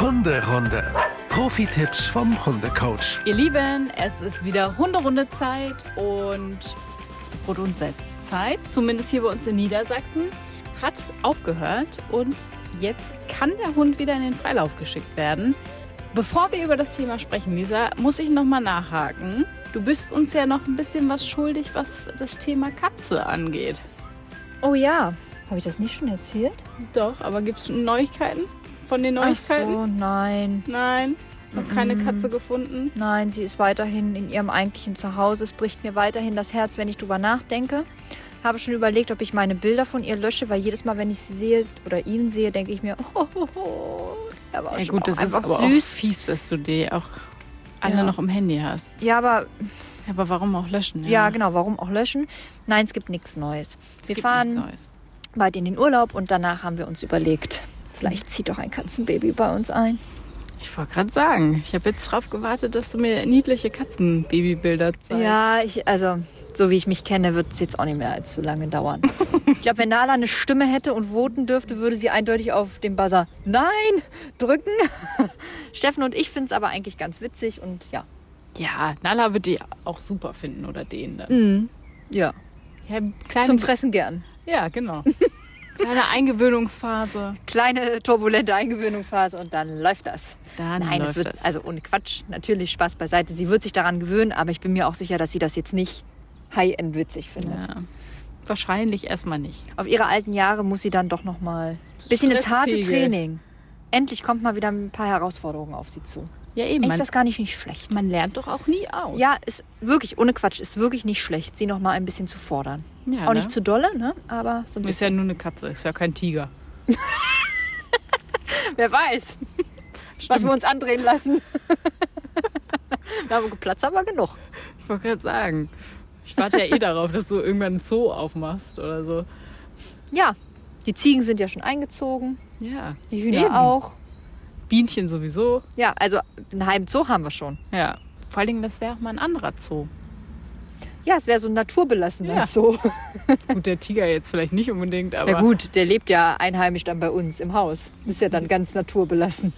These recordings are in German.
Hunderunde. Profi-Tipps vom Hundecoach. Ihr Lieben, es ist wieder Hunderunde-Zeit und die Brut- und Setzzeit, zumindest hier bei uns in Niedersachsen, hat aufgehört und jetzt kann der Hund wieder in den Freilauf geschickt werden. Bevor wir über das Thema sprechen, Lisa, muss ich nochmal nachhaken. Du bist uns ja noch ein bisschen was schuldig, was das Thema Katze angeht. Oh ja, habe ich das nicht schon erzählt? Doch, aber gibt es Neuigkeiten von den Neuigkeiten? Ach so, nein. Nein, noch keine Katze gefunden. Nein, sie ist weiterhin in ihrem eigentlichen Zuhause. Es bricht mir weiterhin das Herz, wenn ich drüber nachdenke. Habe schon überlegt, ob ich meine Bilder von ihr lösche, weil jedes Mal, wenn ich sie sehe oder ihn sehe, denke ich mir, er war Ja schon gut, das einfach ist aber süß. auch fies, dass du die auch alle noch im Handy hast. Ja, aber Warum auch löschen? ja, genau, warum auch löschen? Nein, es gibt nichts Neues. Wir fahren bald in den Urlaub und danach haben wir uns überlegt, vielleicht zieht doch ein Katzenbaby bei uns ein. Ich wollte gerade sagen, ich habe jetzt drauf gewartet, dass du mir niedliche Katzenbabybilder zeigst. Ja, also so wie ich mich kenne, wird es jetzt auch nicht mehr allzu lange dauern. Ich glaube, wenn Nala eine Stimme hätte und voten dürfte, würde sie eindeutig auf den Buzzer Nein drücken. Steffen und ich finden es aber eigentlich ganz witzig und ja. Ja, Nala wird die auch super finden oder den dann. Ja, Ja, kleine, zum Fressen gern. Ja, genau. Kleine Eingewöhnungsphase. Kleine turbulente Eingewöhnungsphase und dann läuft das. Nein, läuft es wird, das. also ohne Quatsch, natürlich Spaß beiseite. Sie wird sich daran gewöhnen, aber ich bin mir auch sicher, dass sie das jetzt nicht high-end witzig findet. Ja, wahrscheinlich erstmal nicht. Auf ihre alten Jahre muss sie dann doch noch mal ein bisschen ins harte Stresspegel. Training. Endlich kommt mal wieder ein paar Herausforderungen auf sie zu. Ja, eben. Ist das gar nicht schlecht. Man lernt doch auch nie aus. Ja, ist wirklich, ohne Quatsch, ist wirklich nicht schlecht, sie noch mal ein bisschen zu fordern. Ja, Auch ne? nicht zu dolle, ne? Aber so ein Ist ja bisschen. nur eine Katze, ist ja kein Tiger. Wer weiß, was wir uns andrehen lassen. Platz haben wir genug. Ich wollte gerade sagen, ich warte ja darauf, dass du irgendwann einen Zoo aufmachst oder so. Ja, die Ziegen sind ja schon eingezogen, Ja, die Hühner eben. auch. Bienchen sowieso. Ja, also einen halben Zoo haben wir schon. Ja, vor allen Dingen, das wäre auch mal ein anderer Zoo. Ja, es wäre so ein naturbelassener Ja. Zoo. Gut, der Tiger jetzt vielleicht nicht unbedingt, aber Ja gut, der lebt ja einheimisch dann bei uns im Haus. Ist ja dann ganz naturbelassen.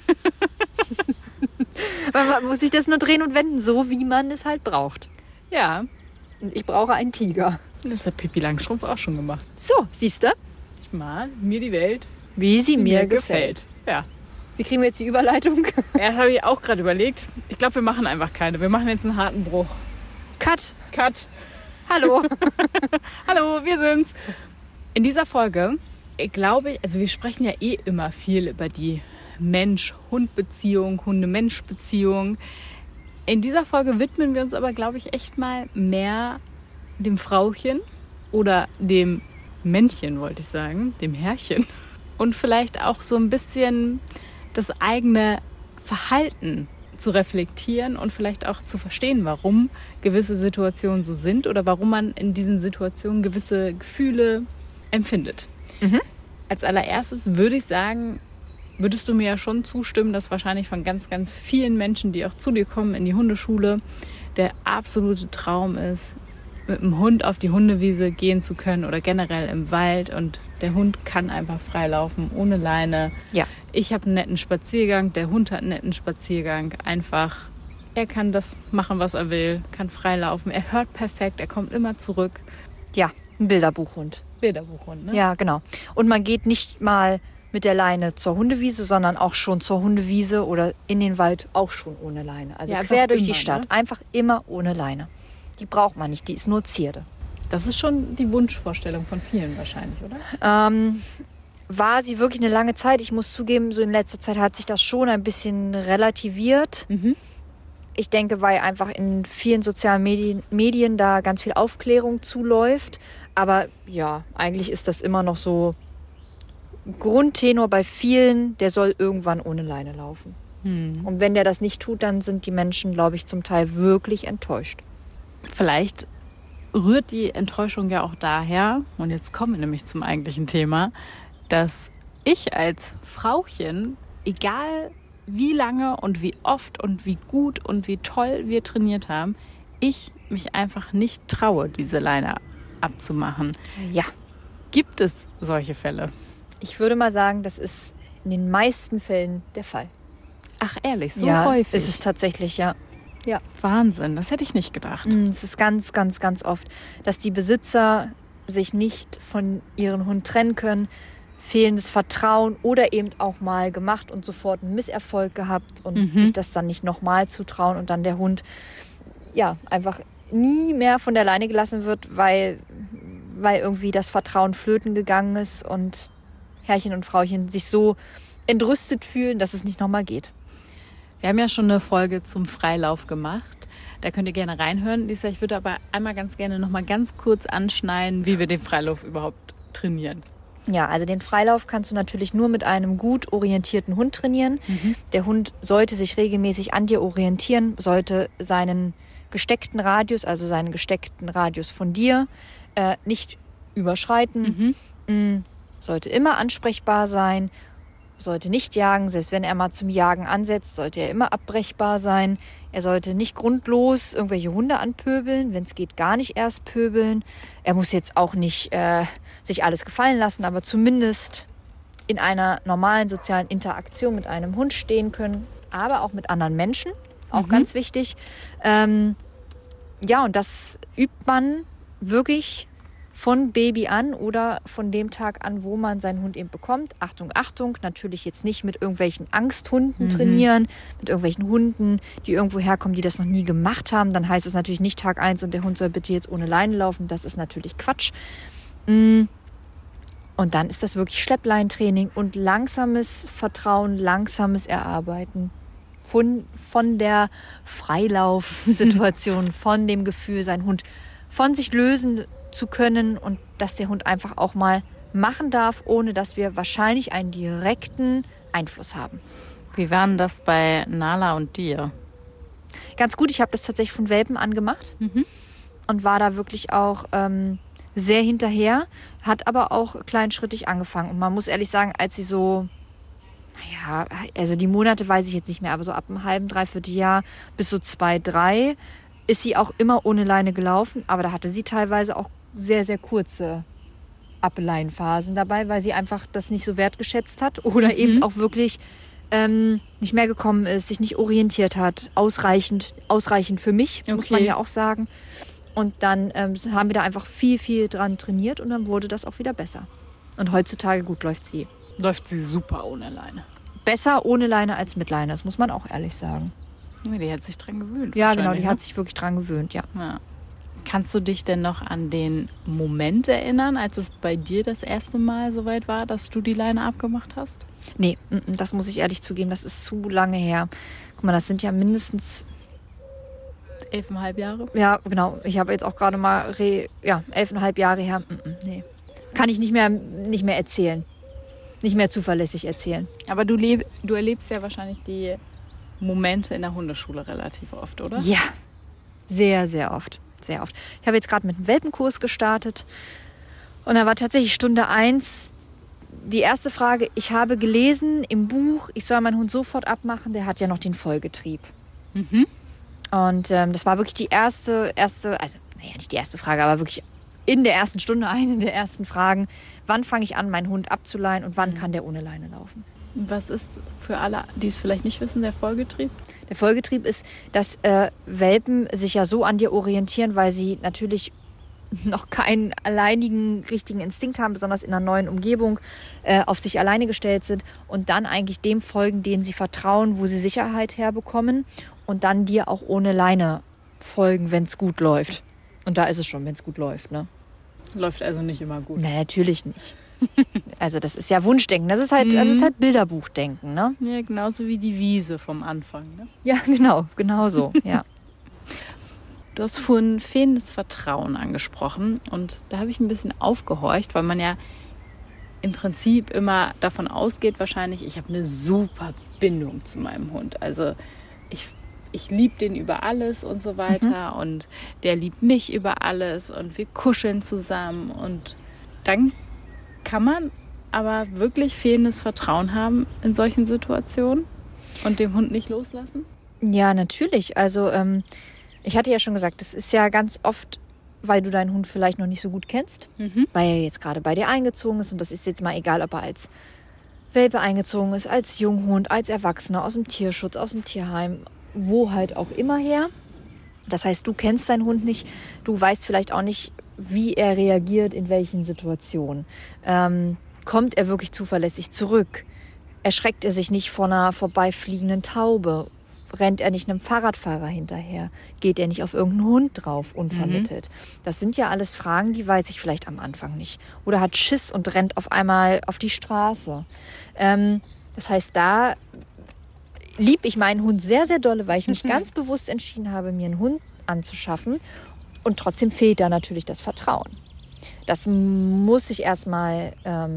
Weil man muss sich das nur drehen und wenden, so wie man es halt braucht. ja, Und ich brauche einen Tiger. das hat Pippi Langstrumpf auch schon gemacht. So, siehst du, Ich mal mir die Welt, wie sie die mir gefällt. Ja, Wie kriegen wir jetzt die Überleitung? das habe ich auch gerade überlegt. Ich glaube, wir machen einfach keine. Wir machen jetzt einen harten Bruch. Cut. Cut. Hallo. Hallo, wir sind's. In dieser Folge, glaube ich, also wir sprechen ja immer viel über die Mensch-Hund-Beziehung, Hunde-Mensch-Beziehung. In dieser Folge widmen wir uns aber, glaube ich, echt mal mehr dem Frauchen oder dem Männchen, wollte ich sagen, dem Herrchen. Und vielleicht auch so ein bisschen das eigene Verhalten zu reflektieren und vielleicht auch zu verstehen, warum gewisse Situationen so sind oder warum man in diesen Situationen gewisse Gefühle empfindet. Als allererstes würde ich sagen, würdest du mir ja schon zustimmen, dass wahrscheinlich von ganz, ganz vielen Menschen, die auch zu dir kommen in die Hundeschule, der absolute Traum ist, mit dem Hund auf die Hundewiese gehen zu können oder generell im Wald und der Hund kann einfach frei laufen, ohne Leine. Ja. Ich habe einen netten Spaziergang, der Hund hat einen netten Spaziergang. Einfach, er kann das machen, was er will, kann frei laufen. Er hört perfekt, er kommt immer zurück. Ja, ein Bilderbuchhund. Bilderbuchhund, ne? Ja, genau. Und man geht nicht mal mit der Leine zur Hundewiese, sondern auch schon zur Hundewiese oder in den Wald auch schon ohne Leine. Also Ja, einfach quer durch die immer, Stadt. ne? Einfach immer ohne Leine. Die braucht man nicht, die ist nur Zierde. Das ist schon die Wunschvorstellung von vielen wahrscheinlich, oder? War sie wirklich eine lange Zeit. Ich muss zugeben, so in letzter Zeit hat sich das schon ein bisschen relativiert. Ich denke, weil einfach in vielen sozialen Medien da ganz viel Aufklärung zuläuft. Aber ja, eigentlich ist das immer noch so Grundtenor bei vielen, der soll irgendwann ohne Leine laufen. Und wenn der das nicht tut, dann sind die Menschen, glaube ich, zum Teil wirklich enttäuscht. Vielleicht rührt die Enttäuschung ja auch daher, und jetzt kommen wir nämlich zum eigentlichen Thema, dass ich als Frauchen, egal wie lange und wie oft und wie gut und wie toll wir trainiert haben, ich mich einfach nicht traue, diese Leine abzumachen. Ja, Gibt es solche Fälle? ich würde mal sagen, das ist in den meisten Fällen der Fall. Ach ehrlich, so ja, häufig? ist es tatsächlich, ja. Ja. Wahnsinn, das hätte ich nicht gedacht. Es ist ganz, ganz, ganz oft, dass die Besitzer sich nicht von ihrem Hund trennen können, fehlendes Vertrauen oder eben auch mal gemacht und sofort einen Misserfolg gehabt und sich das dann nicht nochmal zutrauen und dann der Hund ja einfach nie mehr von der Leine gelassen wird, weil irgendwie das Vertrauen flöten gegangen ist und Herrchen und Frauchen sich so entrüstet fühlen, dass es nicht nochmal geht. Wir haben ja schon eine Folge zum Freilauf gemacht. Da könnt ihr gerne reinhören. Lisa, ich würde aber einmal ganz gerne noch mal ganz kurz anschneiden, wie wir den Freilauf überhaupt trainieren. Ja, also den Freilauf kannst du natürlich nur mit einem gut orientierten Hund trainieren. Der Hund sollte sich regelmäßig an dir orientieren, sollte seinen gesteckten Radius, also seinen gesteckten Radius von dir, nicht überschreiten. Sollte immer ansprechbar sein, sollte nicht jagen. Selbst wenn er mal zum Jagen ansetzt, sollte er immer abbrechbar sein. Er sollte nicht grundlos irgendwelche Hunde anpöbeln, wenn es geht, gar nicht erst pöbeln. Er muss jetzt auch nicht sich alles gefallen lassen, aber zumindest in einer normalen sozialen Interaktion mit einem Hund stehen können, aber auch mit anderen Menschen, auch ganz wichtig. Ja, und das übt man wirklich von Baby an oder von dem Tag an, wo man seinen Hund eben bekommt. Achtung, Achtung, natürlich jetzt nicht mit irgendwelchen Angsthunden trainieren, mit irgendwelchen Hunden, die irgendwo herkommen, die das noch nie gemacht haben. Dann heißt es natürlich nicht Tag 1 und der Hund soll bitte jetzt ohne Leine laufen. Das ist natürlich Quatsch. Und dann ist das wirklich Schleppleintraining und langsames Vertrauen, langsames Erarbeiten von der Freilaufsituation, von dem Gefühl, seinen Hund von sich lösen zu können und dass der Hund einfach auch mal machen darf, ohne dass wir wahrscheinlich einen direkten Einfluss haben. Wie war denn das bei Nala und dir? Ganz gut, ich habe das tatsächlich von Welpen angemacht und war da wirklich auch sehr hinterher, hat aber auch kleinschrittig angefangen. Und man muss ehrlich sagen, als sie so, naja, also die Monate weiß ich jetzt nicht mehr, aber so ab einem halben, dreiviertel Jahr bis so 2, 3 ist sie auch immer ohne Leine gelaufen. Aber da hatte sie teilweise auch sehr, sehr kurze Ableinphasen dabei, weil sie einfach das nicht so wertgeschätzt hat oder eben auch wirklich nicht mehr gekommen ist, sich nicht orientiert hat. Ausreichend für mich, muss man ja auch sagen. Und dann haben wir da einfach viel, viel dran trainiert und dann wurde das auch wieder besser. Und heutzutage, gut, läuft sie. Läuft sie super ohne Leine. Besser ohne Leine als mit Leine, das muss man auch ehrlich sagen. Die hat sich dran gewöhnt. Ja, genau, die hat sich wirklich dran gewöhnt, ja. Kannst du dich denn noch an den Moment erinnern, als es bei dir das erste Mal soweit war, dass du die Leine abgemacht hast? Nee, das muss ich ehrlich zugeben, das ist zu lange her. Guck mal, das sind ja mindestens 11,5 Jahre? Ja, genau. Ich habe jetzt auch gerade mal 11,5 Jahre her. Nee. Kann ich nicht mehr erzählen. Nicht mehr zuverlässig erzählen. Aber du erlebst ja wahrscheinlich die Momente in der Hundeschule relativ oft, oder? Ja, sehr, sehr oft. Sehr oft. Ich habe jetzt gerade mit einem Welpenkurs gestartet und da war tatsächlich Stunde 1 die erste Frage, ich habe gelesen im Buch, ich soll meinen Hund sofort abmachen, der hat ja noch den Vollgetrieb. Und das war wirklich die erste, also naja, nicht die erste Frage, aber wirklich in der ersten Stunde eine der ersten Fragen, wann fange ich an, meinen Hund abzuleihen und wann kann der ohne Leine laufen? Was ist für alle, die es vielleicht nicht wissen, der Vollgetrieb? Der Vollgetrieb ist, dass Welpen sich ja so an dir orientieren, weil sie natürlich noch keinen alleinigen, richtigen Instinkt haben, besonders in einer neuen Umgebung, auf sich alleine gestellt sind und dann eigentlich dem folgen, denen sie vertrauen, wo sie Sicherheit herbekommen und dann dir auch ohne Leine folgen, wenn es gut läuft. Und da ist es schon, wenn es gut läuft, ne? Läuft also nicht immer gut. Nein, natürlich nicht. Also das ist ja Wunschdenken, das ist halt Bilderbuchdenken, ne? Ja, genauso wie die Wiese vom Anfang, ne? Ja, genau so, ja. Du hast vorhin fehlendes Vertrauen angesprochen und da habe ich ein bisschen aufgehorcht, weil man ja im Prinzip immer davon ausgeht wahrscheinlich, ich habe eine super Bindung zu meinem Hund. Also ich liebe den über alles und so weiter und der liebt mich über alles und wir kuscheln zusammen und dann kann man aber wirklich fehlendes Vertrauen haben in solchen Situationen und dem Hund nicht loslassen? Ja, natürlich. Also ich hatte ja schon gesagt, das ist ja ganz oft, weil du deinen Hund vielleicht noch nicht so gut kennst, weil er jetzt gerade bei dir eingezogen ist und das ist jetzt mal egal, ob er als Welpe eingezogen ist, als Junghund, als Erwachsener, aus dem Tierschutz, aus dem Tierheim, wo halt auch immer her. Das heißt, du kennst deinen Hund nicht, du weißt vielleicht auch nicht, wie er reagiert, in welchen Situationen. Kommt er wirklich zuverlässig zurück? Erschreckt er sich nicht vor einer vorbeifliegenden Taube? Rennt er nicht einem Fahrradfahrer hinterher? Geht er nicht auf irgendeinen Hund drauf, unvermittelt? Das sind ja alles Fragen, die weiß ich vielleicht am Anfang nicht. Oder hat Schiss und rennt auf einmal auf die Straße. Das heißt, da liebe ich meinen Hund sehr, sehr dolle, weil ich mich ganz bewusst entschieden habe, mir einen Hund anzuschaffen. Und trotzdem fehlt da natürlich das Vertrauen. Das muss ich erstmal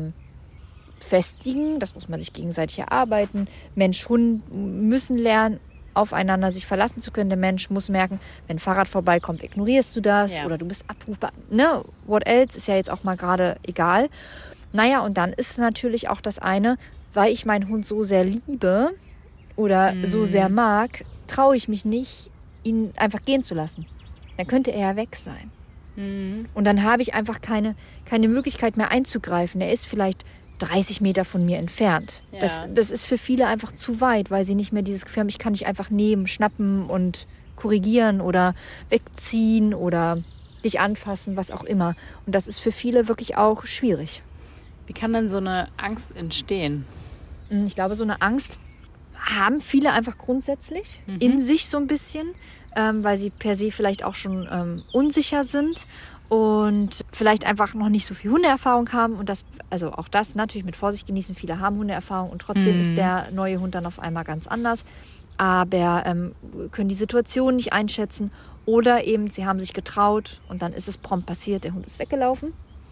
festigen, das muss man sich gegenseitig erarbeiten. Mensch, Hund müssen lernen, aufeinander sich verlassen zu können. Der Mensch muss merken, wenn ein Fahrrad vorbeikommt, ignorierst du das oder du bist abrufbar. Ne? What else ist ja jetzt auch mal gerade egal. Naja, und dann ist natürlich auch das eine, weil ich meinen Hund so sehr liebe oder so sehr mag, traue ich mich nicht, ihn einfach gehen zu lassen. Dann könnte er ja weg sein. Und dann habe ich einfach keine Möglichkeit mehr einzugreifen. Er ist vielleicht 30 Meter von mir entfernt. Ja. Das ist für viele einfach zu weit, weil sie nicht mehr dieses Gefühl haben, ich kann dich einfach nehmen, schnappen und korrigieren oder wegziehen oder dich anfassen, was auch immer. Und das ist für viele wirklich auch schwierig. Wie kann denn so eine Angst entstehen? Ich glaube, so eine Angst haben viele einfach grundsätzlich in sich so ein bisschen, weil sie per se vielleicht auch schon unsicher sind und vielleicht einfach noch nicht so viel Hundeerfahrung haben. Und das, also auch das natürlich mit Vorsicht genießen. Viele haben Hundeerfahrung und trotzdem ist der neue Hund dann auf einmal ganz anders. Aber können die Situation nicht einschätzen oder eben sie haben sich getraut und dann ist es prompt passiert, der Hund ist weggelaufen.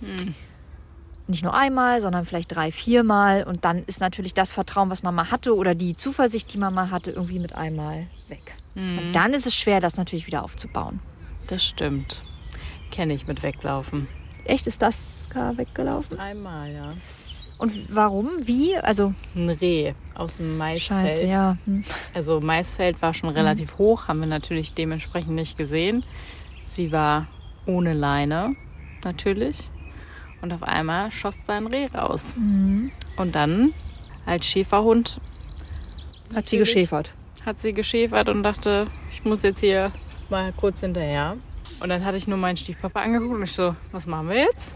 Nicht nur einmal, sondern vielleicht 3, 4 Mal. Und dann ist natürlich das Vertrauen, was man mal hatte oder die Zuversicht, die man mal hatte, irgendwie mit einmal weg. Und dann ist es schwer, das natürlich wieder aufzubauen. Das stimmt. Kenne ich mit Weglaufen. Echt, ist das weggelaufen? Einmal, ja. Und warum? Wie? Also ein Reh aus dem Maisfeld. Scheiße, ja. Also Maisfeld war schon relativ hoch, haben wir natürlich dementsprechend nicht gesehen. Sie war ohne Leine, natürlich. Und auf einmal schoss da ein Reh raus. Und dann, als Schäferhund... Hat sie geschäfert. Hat sie geschäfert und dachte, ich muss jetzt hier mal kurz hinterher. Und dann hatte ich nur meinen Stiefpapa angeguckt und ich so, was machen wir jetzt?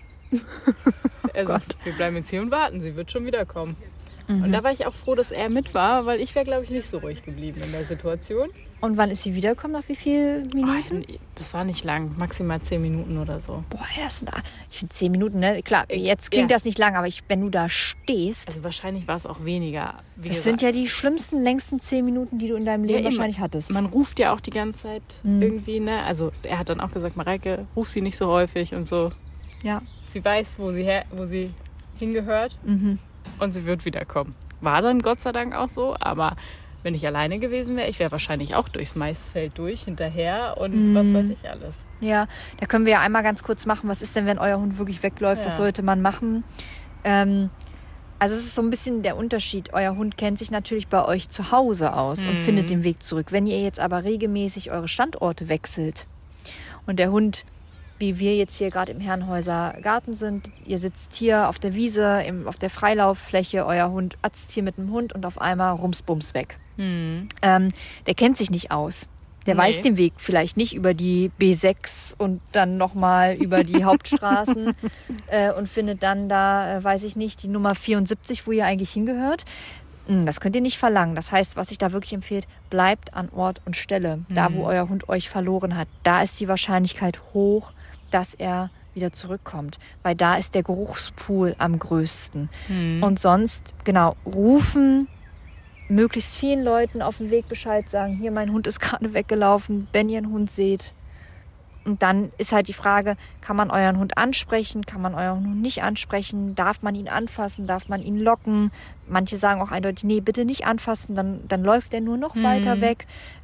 Also, wir bleiben jetzt hier und warten, sie wird schon wiederkommen. Und da war ich auch froh, dass er mit war, weil ich wäre, glaube ich, nicht so ruhig geblieben in der Situation. Und wann ist sie wiedergekommen? Nach wie vielen Minuten? Das war nicht lang, maximal 10 Minuten oder so. Boah, ich finde 10 Minuten, ne? Klar, jetzt klingt das nicht lang, aber wenn du da stehst... Also wahrscheinlich war es auch weniger. Das sind ja die schlimmsten, längsten 10 Minuten, die du in deinem Leben wahrscheinlich hattest. Man ruft ja auch die ganze Zeit irgendwie, ne? Also er hat dann auch gesagt, Mareike, ruf sie nicht so häufig und so. Ja. Sie weiß, wo sie hingehört und sie wird wiederkommen. War dann Gott sei Dank auch so, aber... Wenn ich alleine gewesen wäre, ich wäre wahrscheinlich auch durchs Maisfeld hinterher und was weiß ich alles. Ja, da können wir ja einmal ganz kurz machen, was ist denn, wenn euer Hund wirklich wegläuft, was sollte man machen? Also es ist so ein bisschen der Unterschied. Euer Hund kennt sich natürlich bei euch zu Hause aus und findet den Weg zurück. Wenn ihr jetzt aber regelmäßig eure Standorte wechselt und der Hund, wie wir jetzt hier gerade im Herrenhäuser Garten sind, ihr sitzt hier auf der Wiese, auf der Freilauffläche, euer Hund atzt hier mit dem Hund und auf einmal rumsbums weg. Der kennt sich nicht aus. Der weiß den Weg vielleicht nicht über die B6 und dann nochmal über die Hauptstraßen und findet dann da, weiß ich nicht, die Nummer 74, wo ihr eigentlich hingehört. Das könnt ihr nicht verlangen. Das heißt, was ich da wirklich empfehle, bleibt an Ort und Stelle. Da, wo euer Hund euch verloren hat, da ist die Wahrscheinlichkeit hoch, dass er wieder zurückkommt. Weil da ist der Geruchspool am größten. Und sonst, genau, rufen, möglichst vielen Leuten auf dem Weg Bescheid sagen, hier, mein Hund ist gerade weggelaufen, wenn ihr einen Hund seht. Und dann ist halt die Frage, kann man euren Hund ansprechen, kann man euren Hund nicht ansprechen, darf man ihn anfassen, darf man ihn locken. Manche sagen auch eindeutig, nee, bitte nicht anfassen, dann läuft er nur noch weiter weg.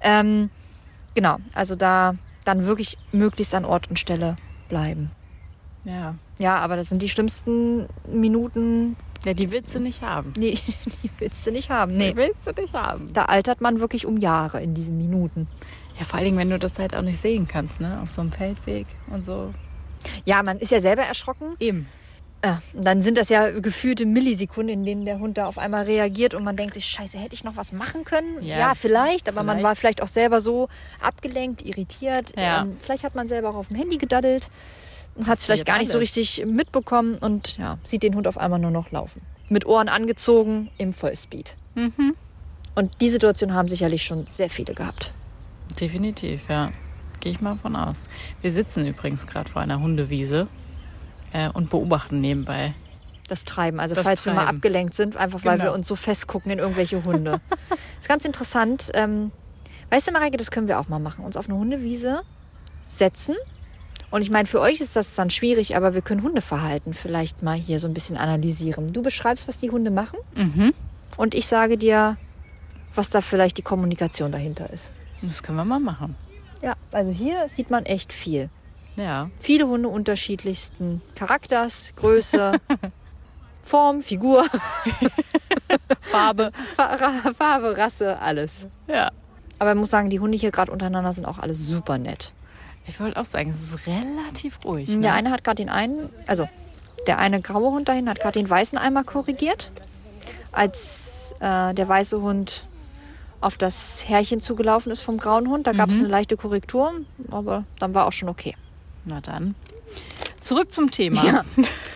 Genau, also da dann wirklich möglichst an Ort und Stelle bleiben. Ja, aber das sind die schlimmsten Minuten. Ja, die willst du nicht haben. Nee, die willst du nicht haben. Nee. Die willst du nicht haben. Da altert man wirklich um Jahre in diesen Minuten. Ja, vor allen Dingen, wenn du das halt auch nicht sehen kannst, ne? Auf so einem Feldweg und so. Ja, man ist ja selber erschrocken. Eben. Und dann sind das ja gefühlte Millisekunden, in denen der Hund da auf einmal reagiert und man denkt sich, scheiße, hätte ich noch was machen können? Ja, vielleicht, aber man war vielleicht auch selber so abgelenkt, irritiert. Ja. Vielleicht hat man selber auch auf dem Handy gedaddelt und hat es vielleicht gar nicht so richtig mitbekommen und sieht den Hund auf einmal nur noch laufen. Mit Ohren angezogen, im Vollspeed. Mhm. Und die Situation haben sicherlich schon sehr viele gehabt. Definitiv, ja. Gehe ich mal von aus. Wir sitzen übrigens gerade vor einer Hundewiese und beobachten nebenbei. Das Treiben, also falls wir mal abgelenkt sind, einfach weil wir uns so festgucken in irgendwelche Hunde. Das ist ganz interessant. Weißt du, Mareike, das können wir auch mal machen. Uns auf eine Hundewiese setzen. Und ich meine, für euch ist das dann schwierig, aber wir können Hundeverhalten vielleicht mal hier so ein bisschen analysieren. Du beschreibst, was die Hunde machen. Mhm. Und ich sage dir, was da vielleicht die Kommunikation dahinter ist. Das können wir mal machen. Ja, also hier sieht man echt viel. Ja. Viele Hunde unterschiedlichsten Charakters, Größe, Form, Figur, Farbe, Rasse, alles. Ja. Aber ich muss sagen, die Hunde hier gerade untereinander sind auch alle super nett. Ich wollte auch sagen, es ist relativ ruhig. Ne? Der eine hat gerade der eine graue Hund dahin hat gerade den weißen einmal korrigiert. Als der weiße Hund auf das Härchen zugelaufen ist vom grauen Hund. Da gab es eine leichte Korrektur, aber dann war auch schon okay. Na dann. Zurück zum Thema. Ja.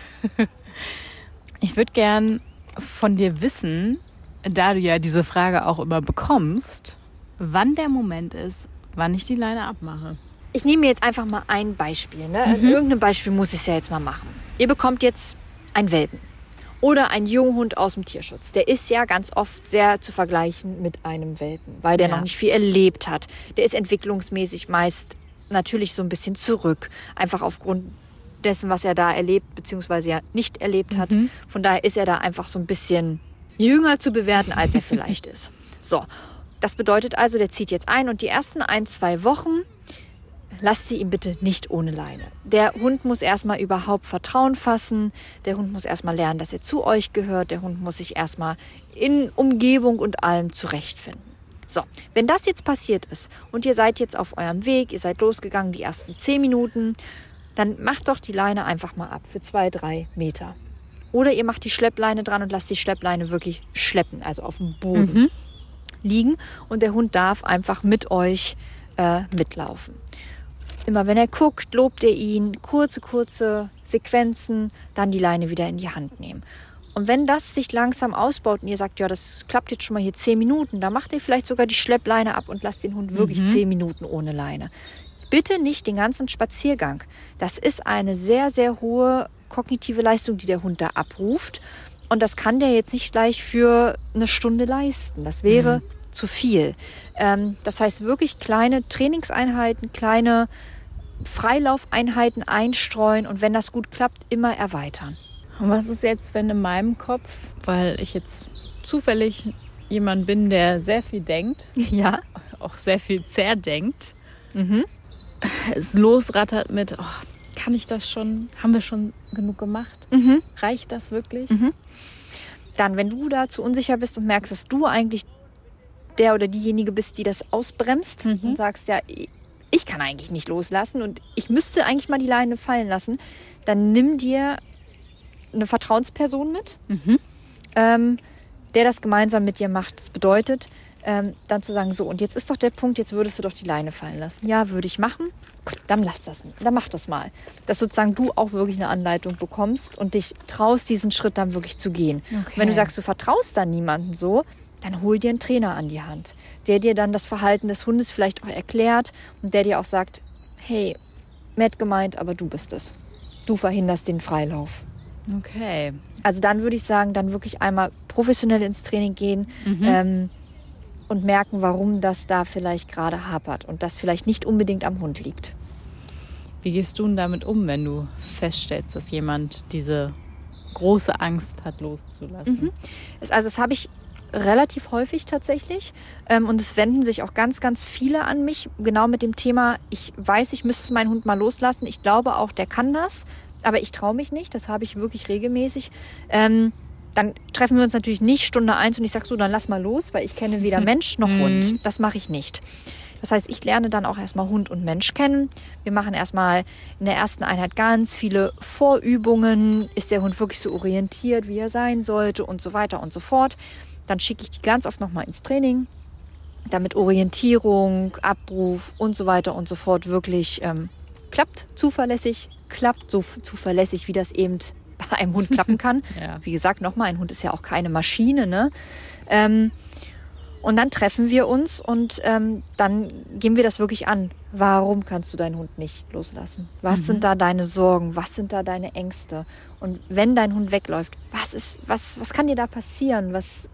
Ich würde gern von dir wissen, da du ja diese Frage auch immer bekommst, wann der Moment ist, wann ich die Leine abmache. Ich nehme mir jetzt einfach mal ein Beispiel. Ne? Irgendein Beispiel muss ich ja jetzt mal machen. Ihr bekommt jetzt einen Welpen oder einen Junghund aus dem Tierschutz. Der ist ja ganz oft sehr zu vergleichen mit einem Welpen, weil der noch nicht viel erlebt hat. Der ist entwicklungsmäßig meist natürlich so ein bisschen zurück, einfach aufgrund dessen, was er da erlebt bzw. ja nicht erlebt hat. Von daher ist er da einfach so ein bisschen jünger zu bewerten, als er vielleicht ist. So, das bedeutet also, der zieht jetzt ein und die ersten 1-2 Wochen lasst sie ihn bitte nicht ohne Leine. Der Hund muss erstmal überhaupt Vertrauen fassen. Der Hund muss erstmal lernen, dass er zu euch gehört. Der Hund muss sich erstmal in Umgebung und allem zurechtfinden. So, wenn das jetzt passiert ist und ihr seid jetzt auf eurem Weg, ihr seid losgegangen die ersten 10 Minuten, dann macht doch die Leine einfach mal ab für 2-3 Meter. Oder ihr macht die Schleppleine dran und lasst die Schleppleine wirklich schleppen, also auf dem Boden liegen. Und der Hund darf einfach mit euch mitlaufen. Immer wenn er guckt, lobt ihr ihn, kurze Sequenzen, dann die Leine wieder in die Hand nehmen. Und wenn das sich langsam ausbaut und ihr sagt, ja, das klappt jetzt schon mal hier 10 Minuten, dann macht ihr vielleicht sogar die Schleppleine ab und lasst den Hund wirklich 10 Minuten ohne Leine. Bitte nicht den ganzen Spaziergang. Das ist eine sehr, sehr hohe kognitive Leistung, die der Hund da abruft. Und das kann der jetzt nicht gleich für eine Stunde leisten. Das wäre zu viel. Das heißt wirklich kleine Trainingseinheiten, kleine Freilaufeinheiten einstreuen und wenn das gut klappt, immer erweitern. Und was ist jetzt, wenn in meinem Kopf, weil ich jetzt zufällig jemand bin, der sehr viel denkt, auch sehr viel zerdenkt, es losrattert mit, kann ich das schon, haben wir schon genug gemacht? Reicht das wirklich? Dann, wenn du dazu unsicher bist und merkst, dass du eigentlich der oder diejenige bist, die das ausbremst und sagst, ja, ich kann eigentlich nicht loslassen und ich müsste eigentlich mal die Leine fallen lassen, dann nimm dir eine Vertrauensperson mit, der das gemeinsam mit dir macht. Das bedeutet, dann zu sagen, so, und jetzt ist doch der Punkt, jetzt würdest du doch die Leine fallen lassen. Ja, würde ich machen. Gut, dann mach das mal. Dass sozusagen du auch wirklich eine Anleitung bekommst und dich traust, diesen Schritt dann wirklich zu gehen. Okay. Wenn du sagst, du vertraust dann niemandem so, dann hol dir einen Trainer an die Hand, der dir dann das Verhalten des Hundes vielleicht auch erklärt und der dir auch sagt, hey, nett gemeint, aber du bist es. Du verhinderst den Freilauf. Okay. Also dann würde ich sagen, dann wirklich einmal professionell ins Training gehen und merken, warum das da vielleicht gerade hapert und das vielleicht nicht unbedingt am Hund liegt. Wie gehst du denn damit um, wenn du feststellst, dass jemand diese große Angst hat, loszulassen? Also das habe ich relativ häufig tatsächlich und es wenden sich auch ganz, ganz viele an mich, genau mit dem Thema, ich weiß, ich müsste meinen Hund mal loslassen, ich glaube auch, der kann das, aber ich traue mich nicht, das habe ich wirklich regelmäßig. Dann treffen wir uns natürlich nicht Stunde 1 und ich sage so, dann lass mal los, weil ich kenne weder Mensch noch Hund. Das mache ich nicht. Das heißt, ich lerne dann auch erstmal Hund und Mensch kennen. Wir machen erstmal in der ersten Einheit ganz viele Vorübungen. Ist der Hund wirklich so orientiert, wie er sein sollte und so weiter und so fort. Dann schicke ich die ganz oft nochmal ins Training, damit Orientierung, Abruf und so weiter und so fort wirklich klappt, zuverlässig, klappt, so zuverlässig, wie das eben bei einem Hund klappen kann. Ja. Wie gesagt, nochmal, ein Hund ist ja auch keine Maschine, ne? Und dann treffen wir uns und dann gehen wir das wirklich an. Warum kannst du deinen Hund nicht loslassen? Was sind da deine Sorgen? Was sind da deine Ängste? Und wenn dein Hund wegläuft, was kann dir da passieren?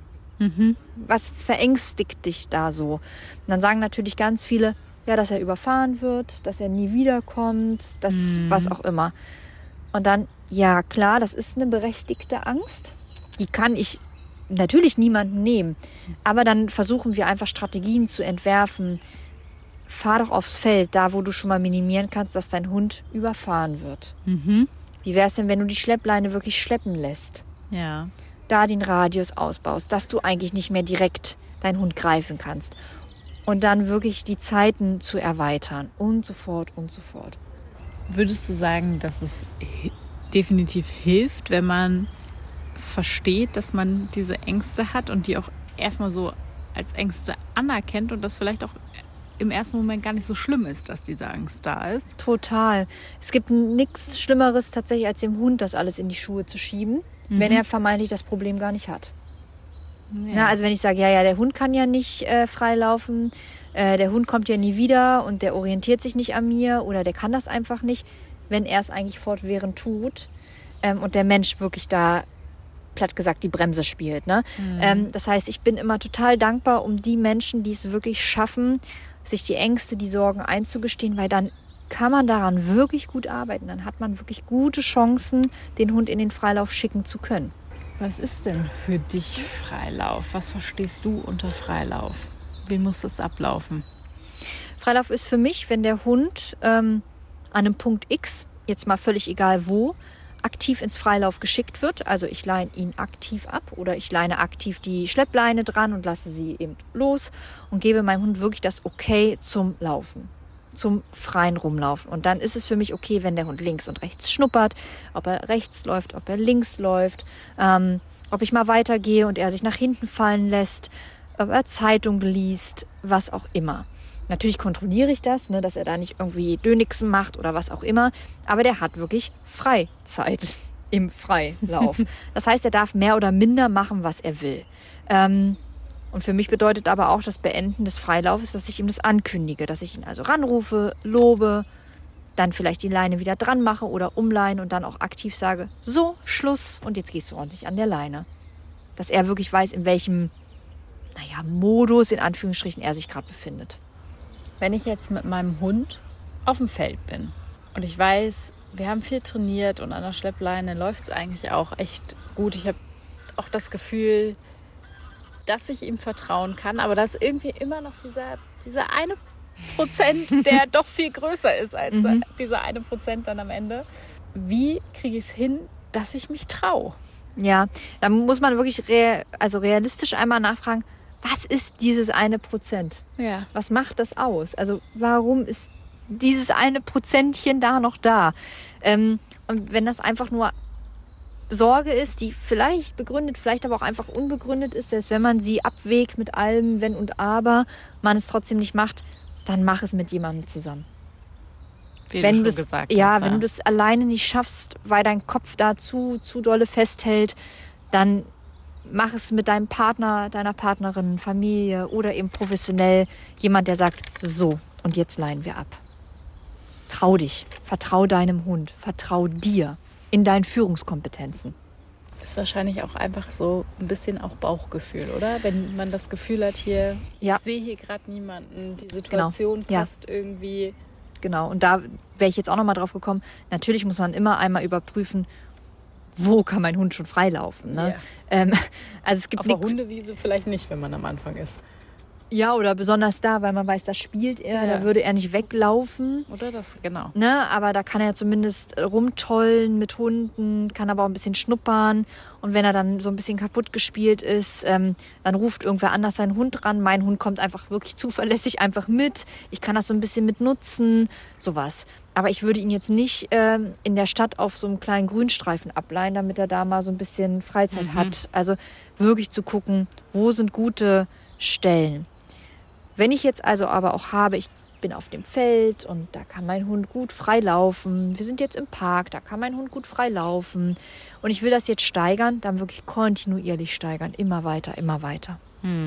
Was verängstigt dich da so? Und dann sagen natürlich ganz viele, ja, dass er überfahren wird, dass er nie wiederkommt, was auch immer. Und dann, ja klar, das ist eine berechtigte Angst. Die kann ich natürlich niemanden nehmen. Aber dann versuchen wir einfach Strategien zu entwerfen. Fahr doch aufs Feld, da wo du schon mal minimieren kannst, dass dein Hund überfahren wird. Wie wäre es denn, wenn du die Schleppleine wirklich schleppen lässt? Ja. Da den Radius ausbaust, dass du eigentlich nicht mehr direkt deinen Hund greifen kannst. Und dann wirklich die Zeiten zu erweitern und so fort und so fort. Würdest du sagen, dass es definitiv hilft, wenn man versteht, dass man diese Ängste hat und die auch erstmal so als Ängste anerkennt und das vielleicht auch im ersten Moment gar nicht so schlimm ist, dass diese Angst da ist? Total. Es gibt nichts Schlimmeres tatsächlich, als dem Hund das alles in die Schuhe zu schieben, wenn er vermeintlich das Problem gar nicht hat. Ja. Na, also wenn ich sage, ja, der Hund kann ja nicht frei laufen, der Hund kommt ja nie wieder und der orientiert sich nicht an mir oder der kann das einfach nicht, wenn er es eigentlich fortwährend tut und der Mensch wirklich da, platt gesagt, die Bremse spielt. Ne? Das heißt, ich bin immer total dankbar um die Menschen, die es wirklich schaffen, sich die Ängste, die Sorgen einzugestehen, weil dann kann man daran wirklich gut arbeiten. Dann hat man wirklich gute Chancen, den Hund in den Freilauf schicken zu können. Was ist denn für dich Freilauf? Was verstehst du unter Freilauf? Wie muss das ablaufen? Freilauf ist für mich, wenn der Hund an einem Punkt X, jetzt mal völlig egal wo, aktiv ins Freilauf geschickt wird. Also ich leine ihn aktiv ab oder ich leine aktiv die Schleppleine dran und lasse sie eben los und gebe meinem Hund wirklich das Okay zum Laufen, zum freien Rumlaufen. Und dann ist es für mich okay, wenn der Hund links und rechts schnuppert, ob er rechts läuft, ob er links läuft, ob ich mal weitergehe und er sich nach hinten fallen lässt, ob er Zeitung liest, was auch immer. Natürlich kontrolliere ich das, ne, dass er da nicht irgendwie Dönixen macht oder was auch immer. Aber der hat wirklich Freizeit im Freilauf. Das heißt, er darf mehr oder minder machen, was er will. Und für mich bedeutet aber auch das Beenden des Freilaufes, dass ich ihm das ankündige. Dass ich ihn also ranrufe, lobe, dann vielleicht die Leine wieder dran mache oder umleine und dann auch aktiv sage, so, Schluss und jetzt gehst du ordentlich an der Leine. Dass er wirklich weiß, in welchem, Modus, in Anführungsstrichen, er sich gerade befindet. Wenn ich jetzt mit meinem Hund auf dem Feld bin und ich weiß, wir haben viel trainiert und an der Schleppleine läuft es eigentlich auch echt gut. Ich habe auch das Gefühl, dass ich ihm vertrauen kann, aber da ist irgendwie immer noch dieser 1%, der doch viel größer ist als dieser 1% dann am Ende. Wie kriege ich es hin, dass ich mich traue? Ja, da muss man wirklich realistisch einmal nachfragen, was ist dieses 1%? Ja. Was macht das aus? Also warum ist dieses 1%chen da noch da? Und wenn das einfach nur Sorge ist, die vielleicht begründet, vielleicht aber auch einfach unbegründet ist, selbst wenn man sie abwägt mit allem Wenn und Aber, man es trotzdem nicht macht, dann mach es mit jemandem zusammen. Wenn du das alleine nicht schaffst, weil dein Kopf da zu dolle festhält, dann mach es mit deinem Partner, deiner Partnerin, Familie oder eben professionell jemand, der sagt, so, und jetzt leihen wir ab. Trau dich, vertrau deinem Hund, vertrau dir in deinen Führungskompetenzen. Das ist wahrscheinlich auch einfach so ein bisschen auch Bauchgefühl, oder? Wenn man das Gefühl hat, ich sehe hier gerade niemanden, die Situation passt irgendwie. Genau, und da wäre ich jetzt auch nochmal drauf gekommen. Natürlich muss man immer einmal überprüfen, wo kann mein Hund schon freilaufen. Ne? Yeah. Also es gibt auf der Hundewiese vielleicht nicht, wenn man am Anfang ist. Ja, oder besonders da, weil man weiß, da spielt er, Ja. da würde er nicht weglaufen. Oder das, genau. Ne? Aber da kann er zumindest rumtollen mit Hunden, kann aber auch ein bisschen schnuppern. Und wenn er dann so ein bisschen kaputt gespielt ist, dann ruft irgendwer anders seinen Hund ran. Mein Hund kommt einfach wirklich zuverlässig einfach mit. Ich kann das so ein bisschen mit nutzen, sowas. Aber ich würde ihn jetzt nicht in der Stadt auf so einem kleinen Grünstreifen ableihen, damit er da mal so ein bisschen Freizeit hat. Also wirklich zu gucken, wo sind gute Stellen. Wenn ich jetzt also aber auch habe, ich bin auf dem Feld und da kann mein Hund gut frei laufen. Wir sind jetzt im Park, da kann mein Hund gut frei laufen. Und ich will das jetzt steigern, dann wirklich kontinuierlich steigern. Immer weiter, immer weiter.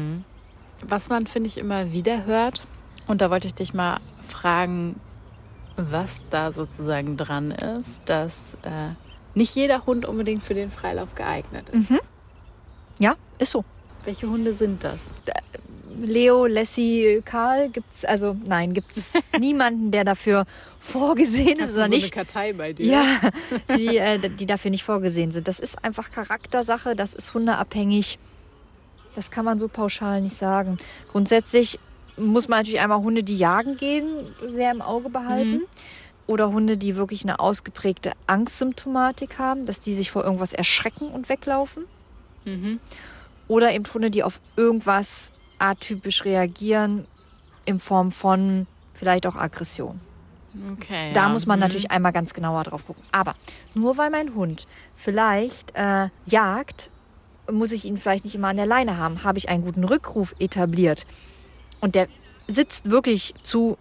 Was man, finde ich, immer wieder hört, und da wollte ich dich mal fragen, was da sozusagen dran ist, dass nicht jeder Hund unbedingt für den Freilauf geeignet ist. Ja, ist so. Welche Hunde sind das? Leo, Lassie, Karl gibt's niemanden, der dafür vorgesehen ist. Hast du Oder so nicht. eine Kartei bei dir? Ja, die dafür nicht vorgesehen sind. Das ist einfach Charaktersache, das ist hundeabhängig. Das kann man so pauschal nicht sagen. Grundsätzlich muss man natürlich einmal Hunde, die jagen gehen, sehr im Auge behalten. Oder Hunde, die wirklich eine ausgeprägte Angstsymptomatik haben, dass die sich vor irgendwas erschrecken und weglaufen. Oder eben Hunde, die auf irgendwas atypisch reagieren, in Form von vielleicht auch Aggression. Okay. Da muss man natürlich einmal ganz genauer drauf gucken. Aber nur weil mein Hund vielleicht jagt, muss ich ihn vielleicht nicht immer an der Leine haben. Habe ich einen guten Rückruf etabliert und der sitzt wirklich zu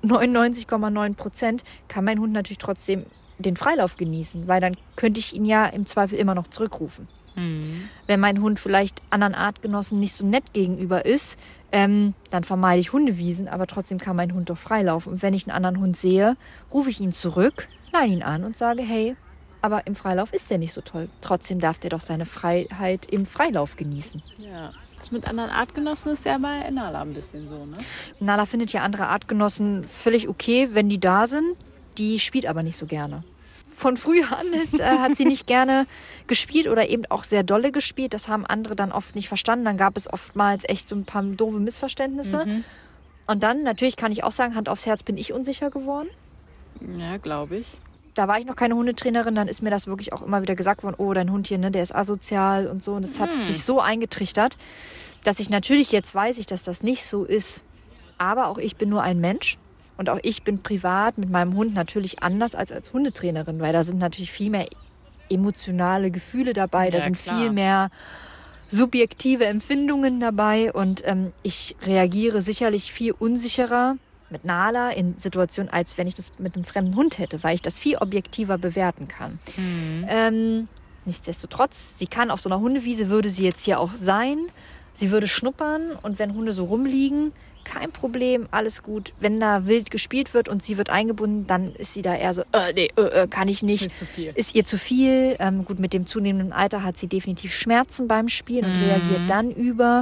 99,9%, kann mein Hund natürlich trotzdem den Freilauf genießen, weil dann könnte ich ihn ja im Zweifel immer noch zurückrufen. Wenn mein Hund vielleicht anderen Artgenossen nicht so nett gegenüber ist, dann vermeide ich Hundewiesen, aber trotzdem kann mein Hund doch freilaufen. Und wenn ich einen anderen Hund sehe, rufe ich ihn zurück, leihe ihn an und sage, hey, aber im Freilauf ist der nicht so toll. Trotzdem darf der doch seine Freiheit im Freilauf genießen. Ja. Das mit anderen Artgenossen ist ja bei Nala ein bisschen so, ne? Nala findet ja andere Artgenossen völlig okay, wenn die da sind. Die spielt aber nicht so gerne. Von früh an hat sie nicht gerne gespielt oder eben auch sehr dolle gespielt. Das haben andere dann oft nicht verstanden. Dann gab es oftmals echt so ein paar doofe Missverständnisse. Und dann, natürlich kann ich auch sagen, Hand aufs Herz, bin ich unsicher geworden. Ja, glaube ich. Da war ich noch keine Hundetrainerin, dann ist mir das wirklich auch immer wieder gesagt worden, oh, dein Hund hier, ne, der ist asozial und so. Und es hat sich so eingetrichtert, dass ich natürlich jetzt weiß dass das nicht so ist. Aber auch ich bin nur ein Mensch. Und auch ich bin privat mit meinem Hund natürlich anders als Hundetrainerin, weil da sind natürlich viel mehr emotionale Gefühle dabei, da sind viel mehr subjektive Empfindungen dabei und ich reagiere sicherlich viel unsicherer mit Nala in Situationen, als wenn ich das mit einem fremden Hund hätte, weil ich das viel objektiver bewerten kann. Nichtsdestotrotz, sie kann auf so einer Hundewiese, würde sie jetzt hier auch sein, sie würde schnuppern und wenn Hunde so rumliegen, kein Problem, alles gut. Wenn da wild gespielt wird und sie wird eingebunden, dann ist sie da eher so, kann ich nicht. Ist ihr zu viel. Gut, mit dem zunehmenden Alter hat sie definitiv Schmerzen beim Spielen und reagiert dann über.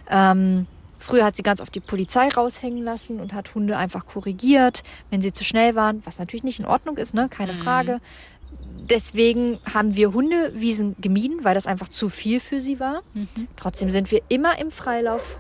Früher hat sie ganz oft die Polizei raushängen lassen und hat Hunde einfach korrigiert, wenn sie zu schnell waren, was natürlich nicht in Ordnung ist, ne? Keine Frage. Deswegen haben wir Hundewiesen gemieden, weil das einfach zu viel für sie war. Trotzdem sind wir immer im Freilauf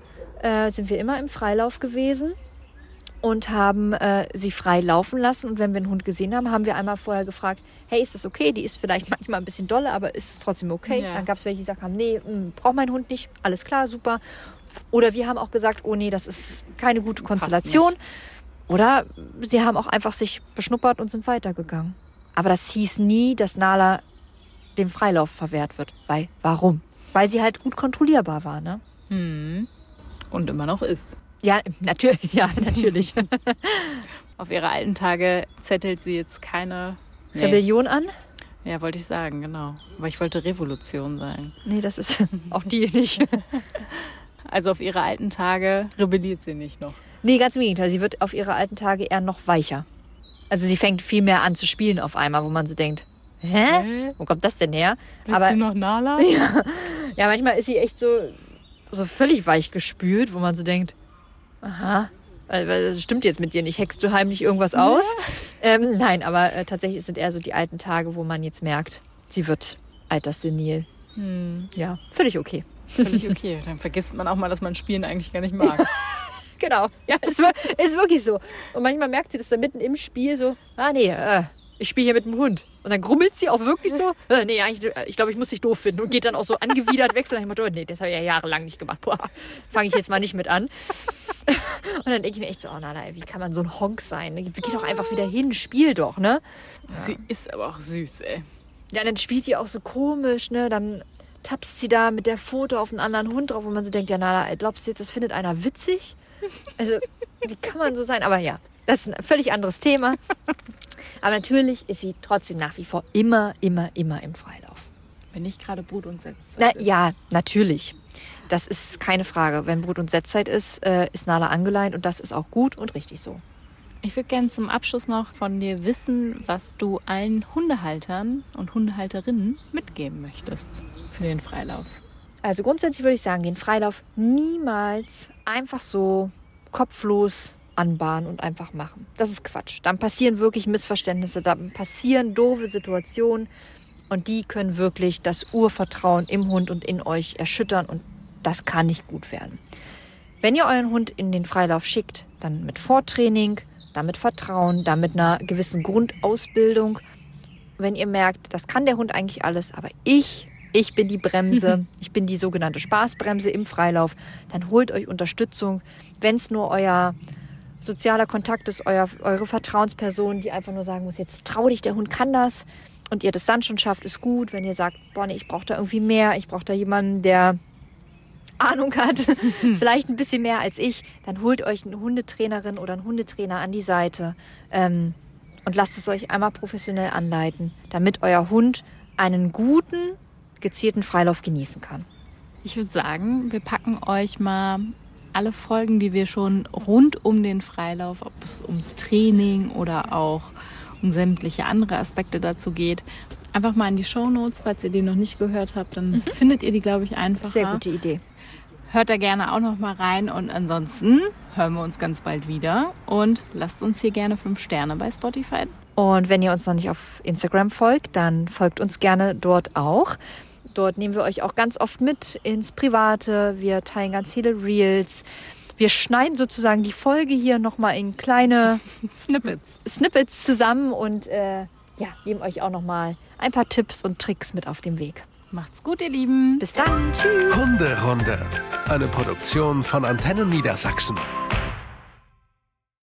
gewesen und haben sie frei laufen lassen. Und wenn wir einen Hund gesehen haben, haben wir einmal vorher gefragt, hey, ist das okay? Die ist vielleicht manchmal ein bisschen dolle, aber ist es trotzdem okay? Ja. Dann gab es welche, die gesagt haben, nee, braucht mein Hund nicht, alles klar, super. Oder wir haben auch gesagt, oh nee, das ist keine gute Konstellation. Oder sie haben auch einfach sich beschnuppert und sind weitergegangen. Aber das hieß nie, dass Nala dem Freilauf verwehrt wird. Warum? Weil sie halt gut kontrollierbar war, ne? Und immer noch ist. Ja, natürlich. Auf ihre alten Tage zettelt sie jetzt keine Rebellion an? Ja, wollte ich sagen, genau. Aber ich wollte Revolution sagen. Nee, das ist auch die nicht. Also auf ihre alten Tage rebelliert sie nicht noch. Nee, ganz im Gegenteil. Sie wird auf ihre alten Tage eher noch weicher. Also sie fängt viel mehr an zu spielen auf einmal, wo man so denkt, hä? Wo kommt das denn her? Bist du noch Nala? Ja, manchmal ist sie echt so völlig weich gespült, wo man so denkt, aha, das stimmt jetzt mit dir nicht. Hackst du heimlich irgendwas aus? Nein, aber tatsächlich sind eher so die alten Tage, wo man jetzt merkt, sie wird alterssenil. Ja, völlig okay. Völlig okay. Dann vergisst man auch mal, dass man Spielen eigentlich gar nicht mag. Genau. Ja, ist wirklich so. Und manchmal merkt sie das dann mitten im Spiel so, ich spiele hier mit dem Hund. Und dann grummelt sie auch wirklich so, ich glaube, ich muss dich doof finden. Und geht dann auch so angewidert weg. Und ich dachte, nee, das habe ich ja jahrelang nicht gemacht. Boah, fange ich jetzt mal nicht mit an. Und dann denke ich mir echt so, Nala, wie kann man so ein Honk sein? Jetzt geh doch einfach wieder hin, spiel doch, ne? Ja. Sie ist aber auch süß, ey. Ja, dann spielt die auch so komisch, ne? Dann tapst sie da mit der Foto auf einen anderen Hund drauf, wo man so denkt, ja, Nala, glaubst du jetzt, das findet einer witzig? Also, wie kann man so sein? Aber ja, das ist ein völlig anderes Thema. Aber natürlich ist sie trotzdem nach wie vor immer im Freilauf. Wenn nicht gerade Brut- und Setzzeit ist. Ja, natürlich. Das ist keine Frage. Wenn Brut- und Setzzeit ist, ist Nala angeleint und das ist auch gut und richtig so. Ich würde gerne zum Abschluss noch von dir wissen, was du allen Hundehaltern und Hundehalterinnen mitgeben möchtest für den Freilauf. Also grundsätzlich würde ich sagen, den Freilauf niemals einfach so kopflos anbahnen und einfach machen. Das ist Quatsch. Dann passieren wirklich Missverständnisse, dann passieren doofe Situationen und die können wirklich das Urvertrauen im Hund und in euch erschüttern und das kann nicht gut werden. Wenn ihr euren Hund in den Freilauf schickt, dann mit Vortraining, dann mit Vertrauen, dann mit einer gewissen Grundausbildung. Wenn ihr merkt, das kann der Hund eigentlich alles, aber ich bin die Bremse, ich bin die sogenannte Spaßbremse im Freilauf, dann holt euch Unterstützung. Wenn es nur euer sozialer Kontakt ist, eure Vertrauensperson, die einfach nur sagen muss, jetzt trau dich, der Hund kann das und ihr das dann schon schafft, ist gut. Wenn ihr sagt, boah, nee, ich brauche da irgendwie mehr, ich brauche da jemanden, der Ahnung hat, vielleicht ein bisschen mehr als ich, dann holt euch eine Hundetrainerin oder einen Hundetrainer an die Seite und lasst es euch einmal professionell anleiten, damit euer Hund einen guten, gezielten Freilauf genießen kann. Ich würde sagen, wir packen euch mal alle Folgen, die wir schon rund um den Freilauf, ob es ums Training oder auch um sämtliche andere Aspekte dazu geht, einfach mal in die Shownotes, falls ihr die noch nicht gehört habt, dann findet ihr die, glaube ich, einfacher. Sehr gute Idee. Hört da gerne auch noch mal rein und ansonsten hören wir uns ganz bald wieder und lasst uns hier gerne 5 Sterne bei Spotify. Und wenn ihr uns noch nicht auf Instagram folgt, dann folgt uns gerne dort auch. Dort nehmen wir euch auch ganz oft mit ins Private. Wir teilen ganz viele Reels. Wir schneiden sozusagen die Folge hier nochmal in kleine Snippets zusammen und geben euch auch nochmal ein paar Tipps und Tricks mit auf dem Weg. Macht's gut, ihr Lieben. Bis dann. Tschüss. Hunderunde. Eine Produktion von Antennen Niedersachsen.